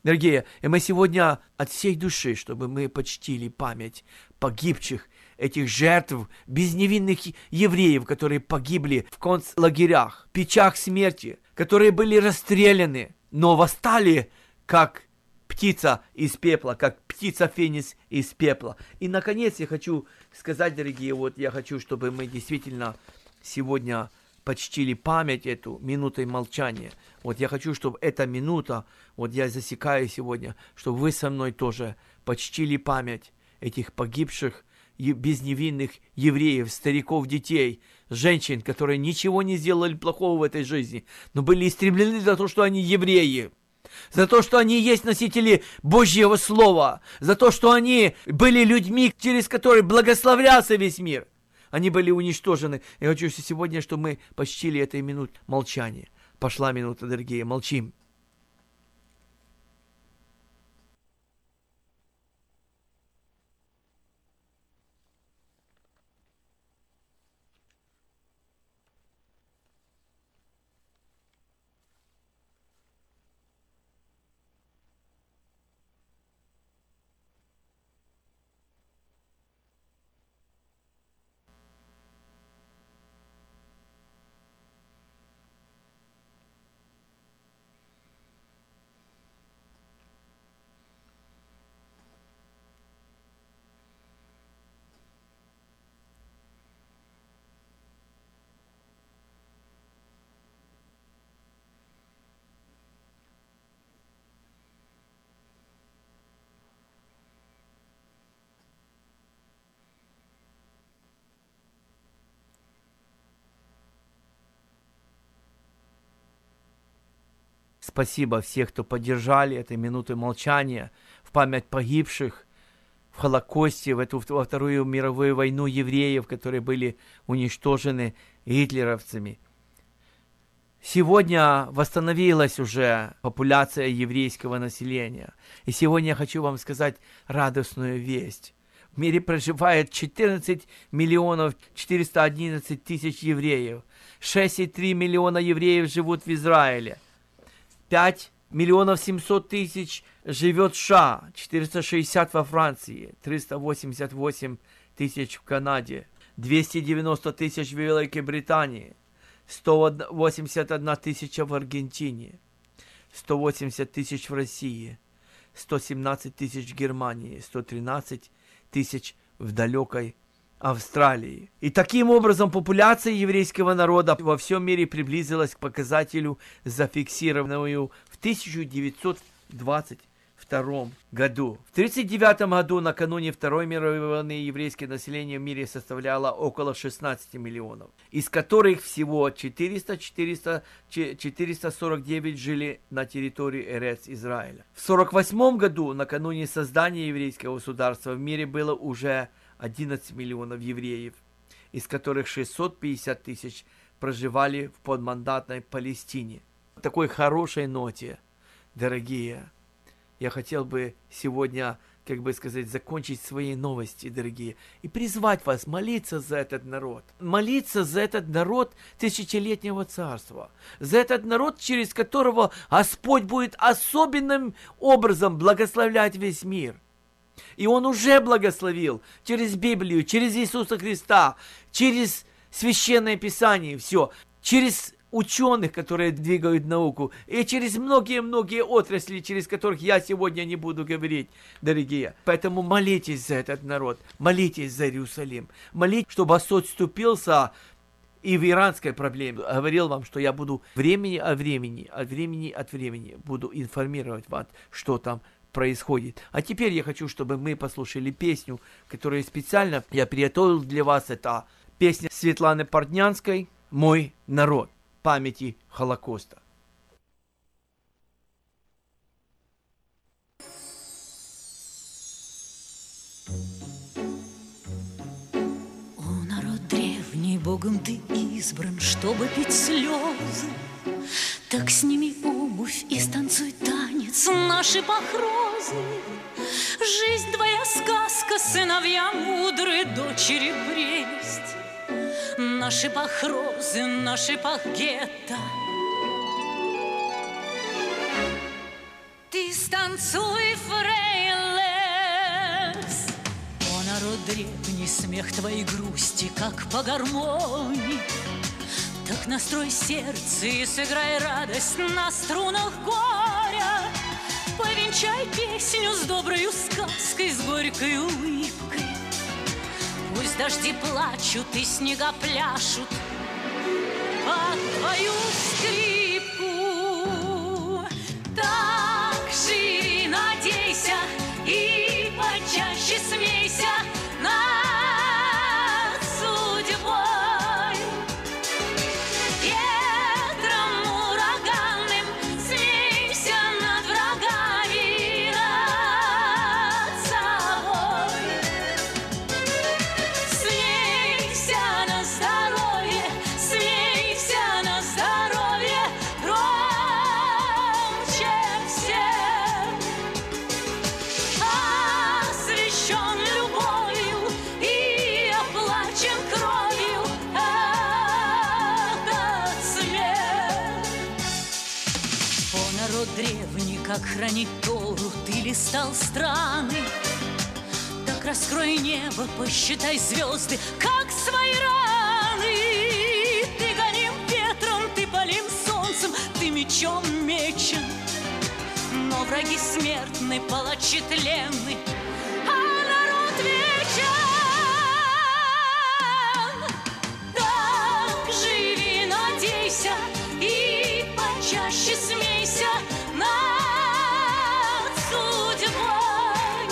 Speaker 8: Дорогие, и мы сегодня от всей души, чтобы мы почтили память погибших, этих жертв, безневинных евреев, которые погибли в концлагерях, печах смерти, которые были расстреляны, но восстали, как птица из пепла, как птица феникс из пепла. И, наконец, я хочу сказать, дорогие, вот я хочу, чтобы мы действительно сегодня почтили память эту минутой молчания. Вот я хочу, чтобы эта минута, вот я засекаю сегодня, чтобы вы со мной тоже почтили память этих погибших безневинных евреев, стариков, детей, женщин, которые ничего не сделали плохого в этой жизни, но были истреблены за то, что они евреи, за то, что они есть носители Божьего Слова, за то, что они были людьми, через которые благословлялся весь мир. Они были уничтожены. Я хочу сегодня, чтобы мы почтили этой минут молчания. Пошла минута, дорогие, молчим. Спасибо всех, кто поддержали этой минуты молчания в память погибших в Холокосте, во Вторую мировую войну евреев, которые были уничтожены гитлеровцами. Сегодня восстановилась уже популяция еврейского населения. И сегодня я хочу вам сказать радостную весть. В мире проживает 14 миллионов 411 тысяч евреев. 6,3 миллиона евреев живут в Израиле. 5 миллионов 700 тысяч живет в США, 460 во Франции, 388 тысяч в Канаде, 290 тысяч в Великобритании, 181 тысяча в Аргентине, 180 тысяч в России, 117 тысяч в Германии, 113 тысяч в далекой Австралии. И таким образом популяция еврейского народа во всем мире приблизилась к показателю, зафиксированному в 1922 году. В 1939 году, накануне Второй мировой войны, еврейское население в мире составляло около 16 миллионов, из которых всего 449 жили на территории Эрец Израиля. В 1948 году, накануне создания еврейского государства, в мире было уже 11 миллионов евреев, из которых 650 тысяч проживали в подмандатной Палестине. В такой хорошей ноте, дорогие, я хотел бы сегодня, закончить свои новости, дорогие, и призвать вас молиться за этот народ. Молиться за этот народ тысячелетнего царства. За этот народ, через которого Господь будет особенным образом благословлять весь мир. И Он уже благословил через Библию, через Иисуса Христа, через Священное Писание, все, через ученых, которые двигают науку, и через многие-многие отрасли, через которых я сегодня не буду говорить, дорогие. Поэтому молитесь за этот народ, молитесь за Иерусалим, молитесь, чтобы Господь вступился и в иранской проблеме. Говорил вам, что я буду времени от времени буду информировать вас, что там происходит. А теперь я хочу, чтобы мы послушали песню, которую специально я приготовил для вас. Это песня Светланы Портнянской «Мой народ» памяти Холокоста.
Speaker 9: О, народ древний, Богом ты избран, чтобы пить слезы. Так сними обувь и станцуй танец наши похрозы. Жизнь твоя сказка, сыновья мудрые, дочери прелесть. Наши похрозы, наши пахгетто. Ты станцуй танцуй, фрейлес. О, народ древний, смех твоей грусти, как по гармонии. Так настрой сердце и сыграй радость на струнах горя. Повенчай песню с доброю сказкой, с горькой улыбкой. Пусть дожди плачут и снега пляшут под твою скрипку. Так живи, надейся и почаще смейся над судьбой. Ветром ураганным смейся над врагами, над собой. Смейся на здоровье, смейся на здоровье, громче всех. Освящен любовью и оплачен кровью этот смех. О, народ древний, как хранить Тору, ты листал страны. Так раскрой небо, посчитай звезды, как свои раны. Ты гоним ветром, ты палим солнцем, ты мечом мечен. Но враги смертны, палачи тленны, а народ вечен. Так живи, надейся и почаще смейся над судьбой.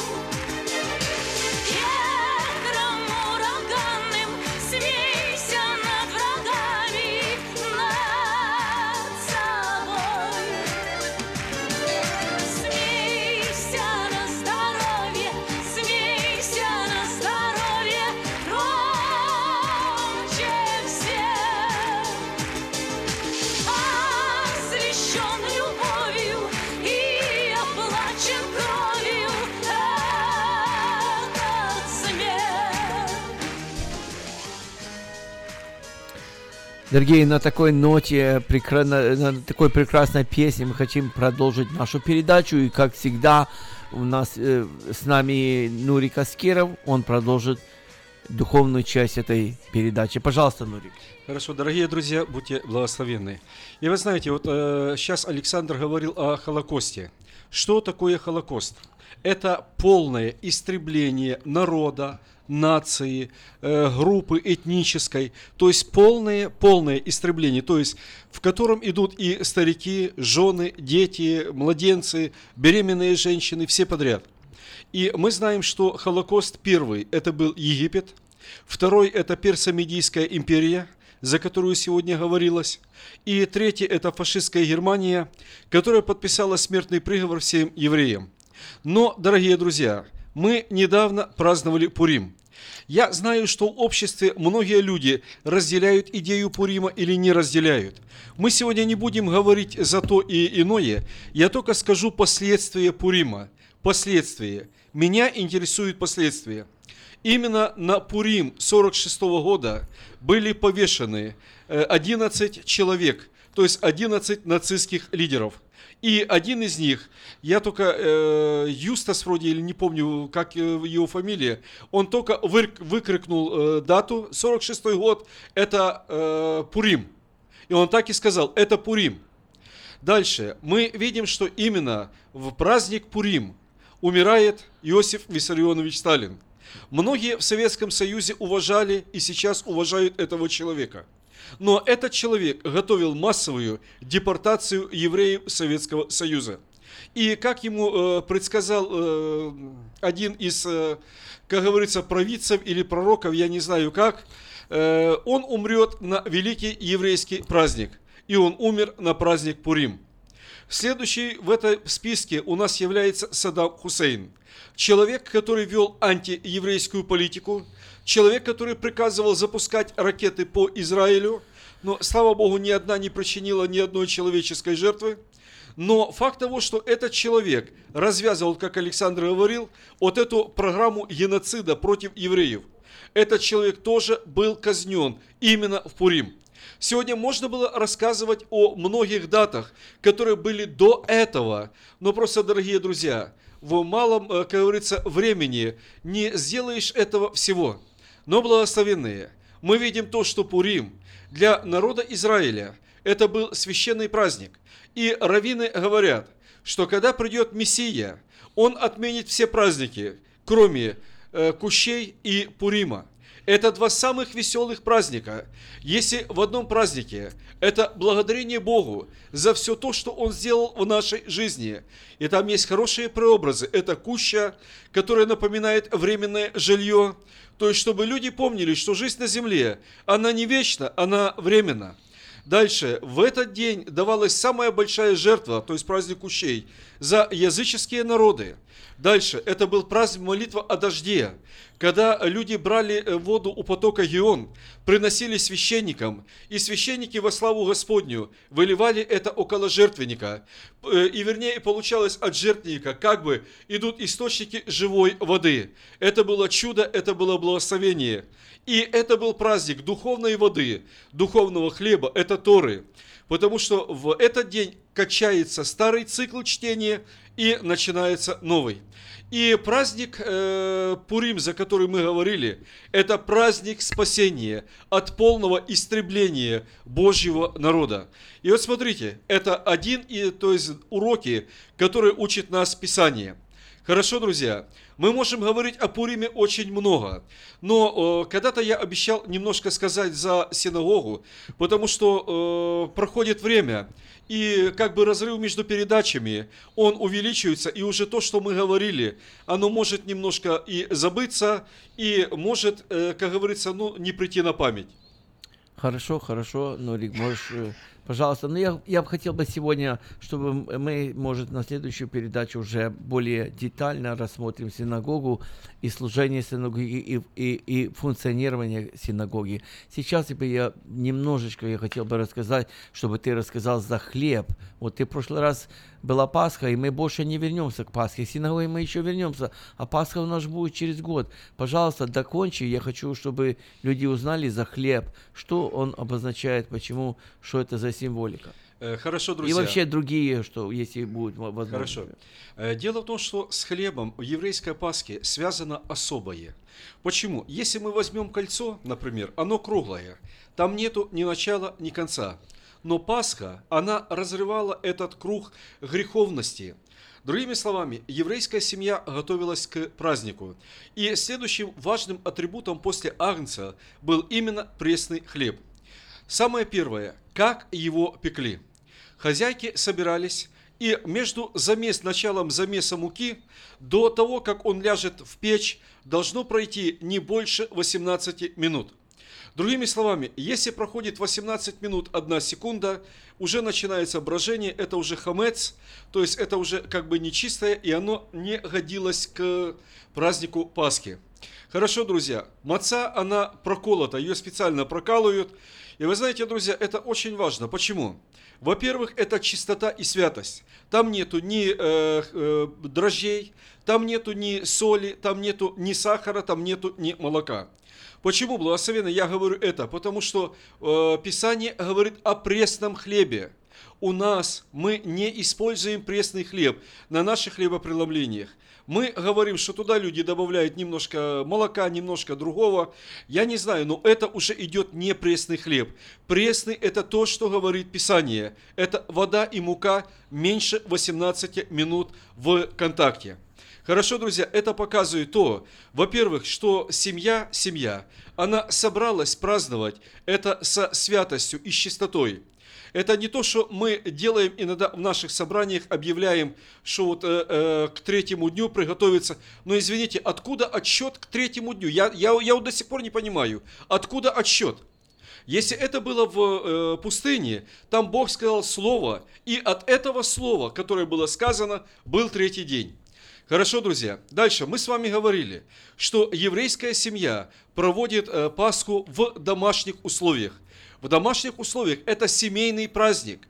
Speaker 9: Ветром ураганным смейся над врагами, над собой. Смейся на здоровье, смейся на здоровье, громче всех. Освящен любовью и оплачен кровью этот смех.
Speaker 8: Дорогие, на такой ноте, на такой прекрасной песне мы хотим продолжить нашу передачу. И, как всегда, у нас с нами Нурик Аскеров. Он продолжит духовную часть этой передачи. Пожалуйста, Нурик.
Speaker 10: Хорошо, дорогие друзья, будьте благословенны. И вы знаете, вот сейчас Александр говорил о Холокосте. Что такое Холокост? Это полное истребление народа, нации, группы этнической, то есть полное истребление, то есть в котором идут и старики, жены, дети, младенцы, беременные женщины, все подряд. И мы знаем, что Холокост первый – это был Египет, второй – это Персо-Медийская империя, за которую сегодня говорилось, и третий – это фашистская Германия, которая подписала смертный приговор всем евреям. Но, дорогие друзья, мы недавно праздновали Пурим. Я знаю, что в обществе многие люди разделяют идею Пурима или не разделяют. Мы сегодня не будем говорить за то и иное, я только скажу последствия Пурима. Последствия. Меня интересуют последствия. Именно на Пурим 1946 года были повешены 11 человек, то есть 11 нацистских лидеров. И один из них, я только, Юстас вроде, или не помню, как его фамилия, он только выкрикнул дату, 46 год, это Пурим. И он так и сказал, это Пурим. Дальше, мы видим, что именно в праздник Пурим умирает Иосиф Виссарионович Сталин. Многие в Советском Союзе уважали и сейчас уважают этого человека. Но этот человек готовил массовую депортацию евреев Советского Союза. И как ему предсказал один из, как говорится, провидцев или пророков, я не знаю как, он умрет на великий еврейский праздник. И он умер на праздник Пурим. Следующий в этом списке у нас является Саддам Хусейн. Человек, который вел антиеврейскую политику, человек, который приказывал запускать ракеты по Израилю, но, слава Богу, ни одна не причинила ни одной человеческой жертвы. Но факт того, что этот человек развязывал, как Александр говорил, вот эту программу геноцида против евреев. Этот человек тоже был казнен именно в Пурим. Сегодня можно было рассказывать о многих датах, которые были до этого, но просто, дорогие друзья, в малом, как говорится, времени не сделаешь этого всего. Но, благословенные, мы видим то, что Пурим для народа Израиля это был священный праздник. И раввины говорят, что когда придет Мессия, он отменит все праздники, кроме Кущей и Пурима. Это два самых веселых праздника. Если в одном празднике это благодарение Богу за все то, что Он сделал в нашей жизни, и там есть хорошие прообразы, это Куща, которая напоминает временное жилье, то есть чтобы люди помнили, что жизнь на земле, она не вечна, она временна. Дальше, в этот день давалась самая большая жертва, то есть праздник Кущей, за языческие народы. Дальше, это был праздник молитва о дожде, когда люди брали воду у потока Гион, приносили священникам, и священники во славу Господню выливали это около жертвенника. И вернее, получалось от жертвенника, как бы идут источники живой воды. Это было чудо, это было благословение. И это был праздник духовной воды, духовного хлеба, это Торы. Потому что в этот день качается старый цикл чтения и начинается новый. И праздник Пурим, за который мы говорили, это праздник спасения от полного истребления Божьего народа. И вот смотрите, это то есть уроки, которые учит нас Писание. Хорошо, друзья, мы можем говорить о Пуриме очень много, но когда-то я обещал немножко сказать за синагогу, потому что проходит время, и как бы разрыв между передачами, он увеличивается, и уже то, что мы говорили, оно может немножко и забыться, и может, как говорится, не прийти на память.
Speaker 8: Хорошо, Нурик, можешь, пожалуйста. Но я бы хотел бы сегодня, чтобы мы, может, на следующую передачу уже более детально рассмотрим синагогу и служение синагоги, и функционирование синагоги. Сейчас я хотел бы рассказать, чтобы ты рассказал за хлеб. Вот ты в прошлый раз была Пасха, и мы больше не вернемся к Пасхе. К синагоге мы еще вернемся, а Пасха у нас будет через год. Пожалуйста, докончи. Я хочу, чтобы люди узнали за хлеб, что он обозначает, почему, что это за символика.
Speaker 10: Хорошо, друзья.
Speaker 8: И вообще другие, что если будет возможно.
Speaker 10: Хорошо. Дело в том, что с хлебом в еврейской Пасхе связано особое. Почему? Если мы возьмем кольцо, например, оно круглое, там нету ни начала, ни конца. Но Пасха, она разрывала этот круг греховности. Другими словами, еврейская семья готовилась к празднику. И следующим важным атрибутом после агнца был именно пресный хлеб. Самое первое, как его пекли. Хозяйки собирались, и между началом замеса муки до того, как он ляжет в печь, должно пройти не больше 18 минут. Другими словами, если проходит 18 минут 1 секунда, уже начинается брожение, это уже хамец, то есть это уже как бы нечистое, и оно не годилось к празднику Пасхи. Хорошо, друзья, маца, она проколота, ее специально прокалывают. И вы знаете, друзья, это очень важно. Почему? Во-первых, это чистота и святость. Там нету ни дрожжей, там нету ни соли, там нету ни сахара, там нету ни молока. Почему, благословенно, я говорю это? Потому что Писание говорит о пресном хлебе. У нас мы не используем пресный хлеб на наших хлебопреломлениях. Мы говорим, что туда люди добавляют немножко молока, немножко другого. Я не знаю, но это уже идет не пресный хлеб. Пресный – это то, что говорит Писание. Это вода и мука меньше 18 минут в контакте. Хорошо, друзья, это показывает то, во-первых, что семья, она собралась праздновать это со святостью и с чистотой. Это не то, что мы делаем иногда в наших собраниях, объявляем, что вот к 3-му дню приготовиться. Но извините, откуда отсчет к 3-му дню? Я вот до сих пор не понимаю, откуда отсчет? Если это было в пустыне, там Бог сказал слово, и от этого слова, которое было сказано, был 3-й день. Хорошо, друзья. Дальше мы с вами говорили, что еврейская семья проводит Пасху в домашних условиях. В домашних условиях это семейный праздник.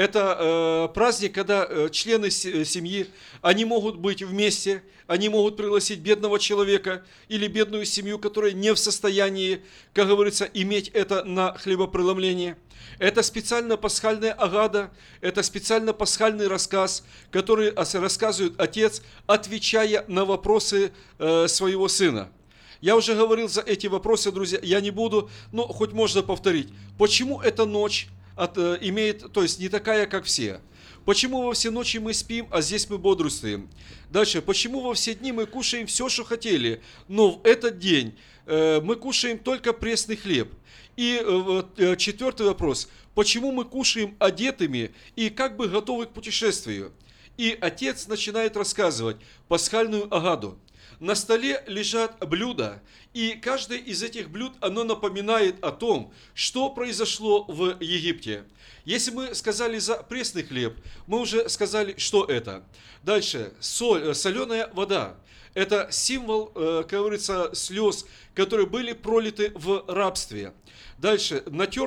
Speaker 10: Это праздник, когда члены семьи, они могут быть вместе, они могут пригласить бедного человека или бедную семью, которая не в состоянии, как говорится, иметь это на хлебопреломление. Это специально пасхальная агада, это специально пасхальный рассказ, который рассказывает отец, отвечая на вопросы своего сына. Я уже говорил за эти вопросы, друзья, я не буду, но хоть можно повторить. Почему эта ночь имеет, то есть не такая, как все? Почему во все ночи мы спим, а здесь мы бодрствуем? Дальше, почему во все дни мы кушаем все, что хотели, но в этот день мы кушаем только пресный хлеб? И четвертый вопрос, почему мы кушаем одетыми и как бы готовы к путешествию? И отец начинает рассказывать пасхальную агаду. На столе лежат блюда, и каждое из этих блюд, оно напоминает о том, что произошло в Египте. Если мы сказали за пресный хлеб, мы уже сказали, что это. Дальше, соленая вода. Это символ, как говорится, слез, которые были пролиты в рабстве. Дальше,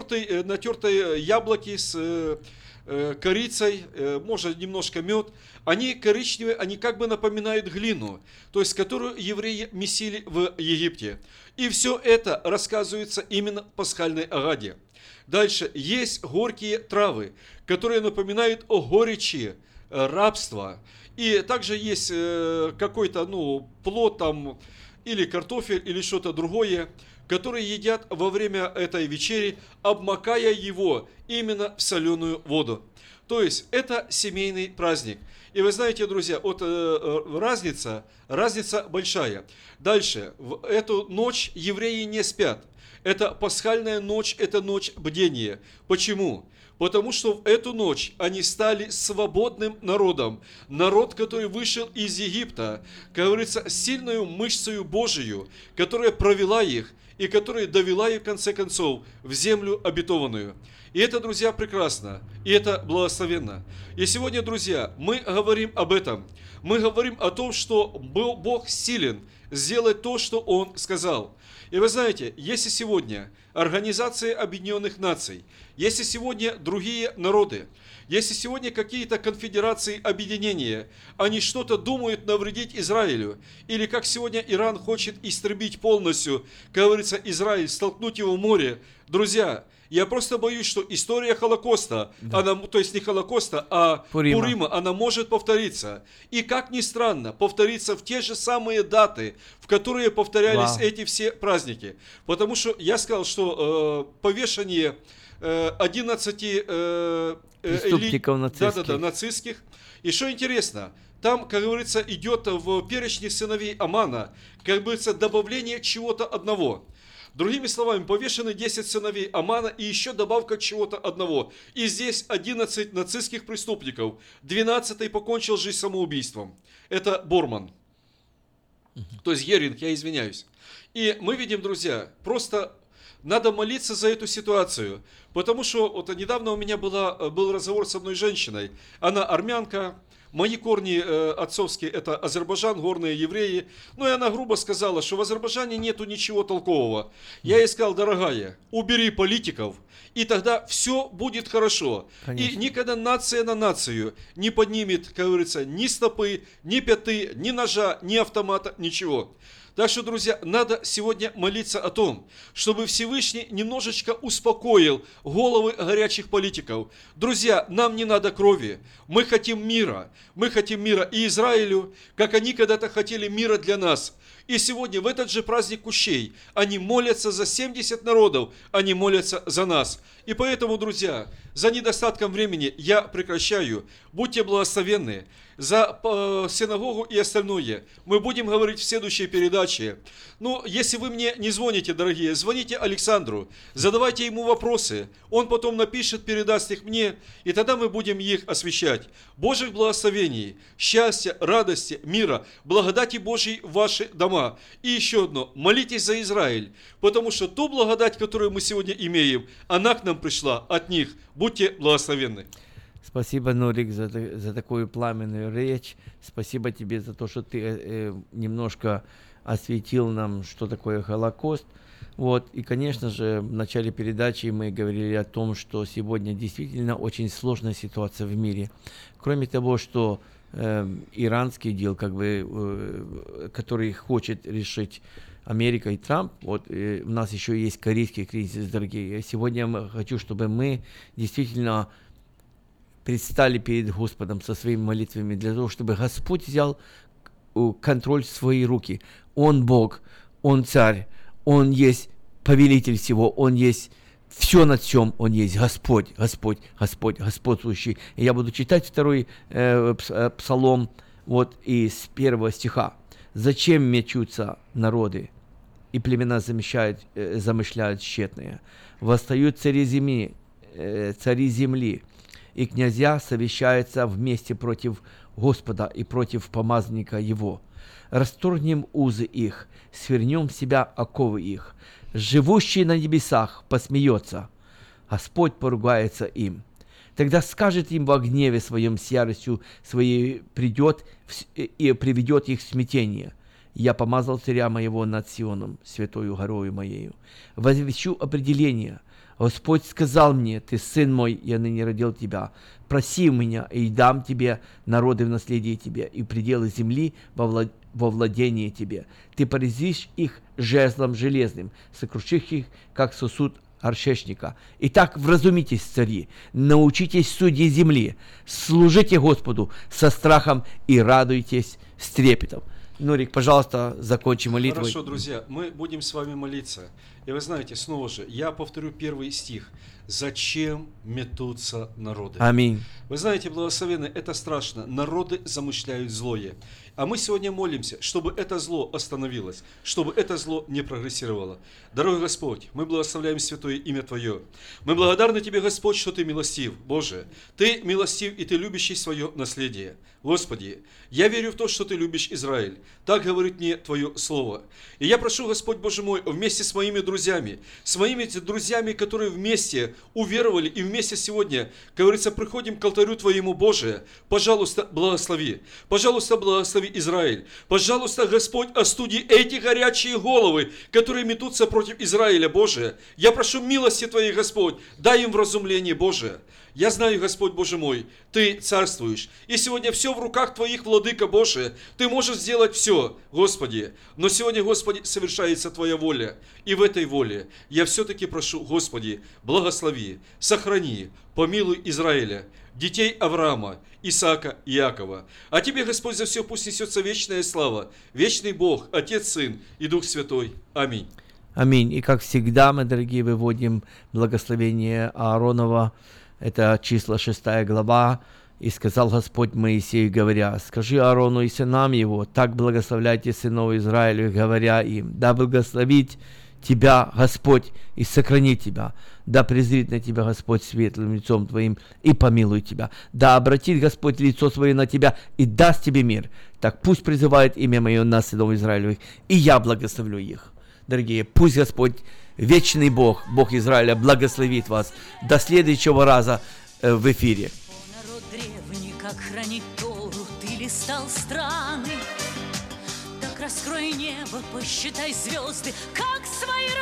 Speaker 10: натертые яблоки с корицей, может немножко мед, они коричневые, они как бы напоминают глину, то есть которую евреи месили в Египте. И все это рассказывается именно в пасхальной агаде. Дальше, есть горькие травы, которые напоминают о горечи рабства. И также есть какой-то плод там, или картофель, или что-то другое, которые едят во время этой вечери, обмакая его именно в соленую воду. То есть это семейный праздник. И вы знаете, друзья, вот разница большая. Дальше, в эту ночь евреи не спят. Это пасхальная ночь, это ночь бдения. Почему? Потому что в эту ночь они стали свободным народом. Народ, который вышел из Египта, как говорится, сильную мышцею Божию, которая провела их и которая довела их, в конце концов, в землю обетованную. И это, друзья, прекрасно, и это благословенно. И сегодня, друзья, мы говорим об этом. Мы говорим о том, что Бог силен сделать то, что Он сказал. И вы знаете, если сегодня Организация Объединенных Наций, если сегодня другие народы, если сегодня какие-то конфедерации, объединения, они что-то думают навредить Израилю, или как сегодня Иран хочет истребить полностью, как говорится, Израиль, столкнуть его в море, друзья, я просто боюсь, что история Холокоста, она, то есть не Холокоста, а Пурима, она может повториться. И как ни странно, повториться в те же самые даты, в которые повторялись эти все праздники. Потому что я сказал, что повешение 11
Speaker 8: преступников
Speaker 10: нацистских. И что интересно, там, как говорится, идет в перечне сыновей Амана, как говорится, добавление чего-то одного. Другими словами, повешены 10 сыновей Амана и еще добавка чего-то одного. И здесь 11 нацистских преступников. 12-й покончил жизнь самоубийством. Это Борман. То есть Геринг, я извиняюсь. И мы видим, друзья, просто надо молиться за эту ситуацию. Потому что вот недавно у меня был разговор с одной женщиной. Она армянка. Мои корни отцовские – это Азербайджан, горные евреи. Ну и она грубо сказала, что в Азербайджане нету ничего толкового. Я ей сказал, дорогая, убери политиков, и тогда все будет хорошо. Конечно. И никогда нация на нацию не поднимет, как говорится, ни стопы, ни пяты, ни ножа, ни автомата, ничего. Так что, друзья, надо сегодня молиться о том, чтобы Всевышний немножечко успокоил головы горячих политиков. Друзья, нам не надо крови, мы хотим мира. Мы хотим мира и Израилю, как они когда-то хотели мира для нас. И сегодня, в этот же праздник Кущей, они молятся за 70 народов, они молятся за нас. И поэтому, друзья, за недостатком времени я прекращаю. Будьте благословенны. За синагогу и остальное мы будем говорить в следующей передаче. Ну, если вы мне не звоните, дорогие, звоните Александру, задавайте ему вопросы. Он потом напишет, передаст их мне, и тогда мы будем их освещать. Божьих благословений, счастья, радости, мира, благодати Божьей в ваши дома. И еще одно, молитесь за Израиль, потому что ту благодать, которую мы сегодня имеем, она к нам пришла от них. Будьте благословенны.
Speaker 8: Спасибо, Нурик, за такую пламенную речь. Спасибо тебе за то, что ты немножко осветил нам, что такое Холокост. Вот. И, конечно же, в начале передачи мы говорили о том, что сегодня действительно очень сложная ситуация в мире. Кроме того, что иранский дел, который хочет решить Америка и Трамп, вот у нас еще есть корейский кризис, дорогие. Сегодня я хочу, чтобы мы действительно предстали перед Господом со своими молитвами, для того, чтобы Господь взял контроль в свои руки. Он Бог, Он Царь, Он есть повелитель всего, Он есть все над всем, Он есть Господь, Господь, Господь, господствующий. И я буду читать второй псалом, вот, из 1 стиха. «Зачем мечутся народы, и племена замышляют тщетные? Восстают цари земли, и князья совещаются вместе против Господа и против помазанника Его. Расторгнем узы их, свернем в себя оковы их. Живущий на небесах посмеется, Господь поругается им. Тогда скажет им во гневе своем с яростью своей придет и приведет их в смятение. Я помазал царя моего над Сионом, святою горою моею. Возвещу определение. Господь сказал мне: ты сын мой, я ныне родил тебя. Проси у меня, и дам тебе народы в наследие тебе, и пределы земли во владение тебе. Ты поразвишь их жезлом железным, сокрушишь их, как сосуд горшечника. Итак, вразумитесь, цари, научитесь судьи земли, служите Господу со страхом и радуйтесь с трепетом». Нурик, пожалуйста, закончи молитвой.
Speaker 10: Хорошо, друзья, мы будем с вами молиться. И вы знаете, снова же, я повторю первый стих. «Зачем метутся народы?»
Speaker 8: Аминь.
Speaker 10: Вы знаете, благословенные, это страшно. Народы замышляют злое. А мы сегодня молимся, чтобы это зло остановилось, чтобы это зло не прогрессировало. Дорогой Господь, мы благословляем святое имя Твое. Мы благодарны Тебе, Господь, что Ты милостив. Боже, Ты милостив и Ты любящий свое наследие. Господи, я верю в то, что Ты любишь Израиль. Так говорит мне Твое Слово. И я прошу, Господь Боже мой, вместе с моими друзьями, которые вместе уверовали и вместе сегодня, как говорится, приходим к алтарю Твоему, Боже, пожалуйста, благослови. Пожалуйста, благослови Израиль. Пожалуйста, Господь, остуди эти горячие головы, которые метутся против Израиля, Боже. Я прошу милости Твоей, Господь, дай им вразумление, Боже. Я знаю, Господь Боже мой, Ты царствуешь. И сегодня все в руках Твоих, Владыка Боже. Ты можешь сделать все, Господи. Но сегодня, Господи, совершается Твоя воля. И в этой воле я все-таки прошу, Господи, благослови, сохрани, помилуй Израиля, детей Авраама, Исаака и Иакова. А Тебе, Господь, за все пусть несется вечная слава, вечный Бог, Отец, Сын и Дух Святой. Аминь.
Speaker 8: Аминь. И как всегда, мы, дорогие, выводим благословение Ааронова. Это числа 6 глава. «И сказал Господь Моисею, говоря: скажи Аарону и сынам его, так благословляйте сынов Израилю, говоря им: да благословит тебя Господь и сохранит тебя, да презрит на тебя Господь светлым лицом твоим и помилует тебя, да обратит Господь лицо свое на тебя и даст тебе мир. Так пусть призывает имя мое на сынов Израилевых, и я благословлю их». Дорогие, пусть Господь, вечный Бог, Бог Израиля, благословит вас. До следующего раза в эфире.
Speaker 9: О, народ древний, как хранит Тору, ты листал страны. Так раскрой небо, посчитай звезды, как свои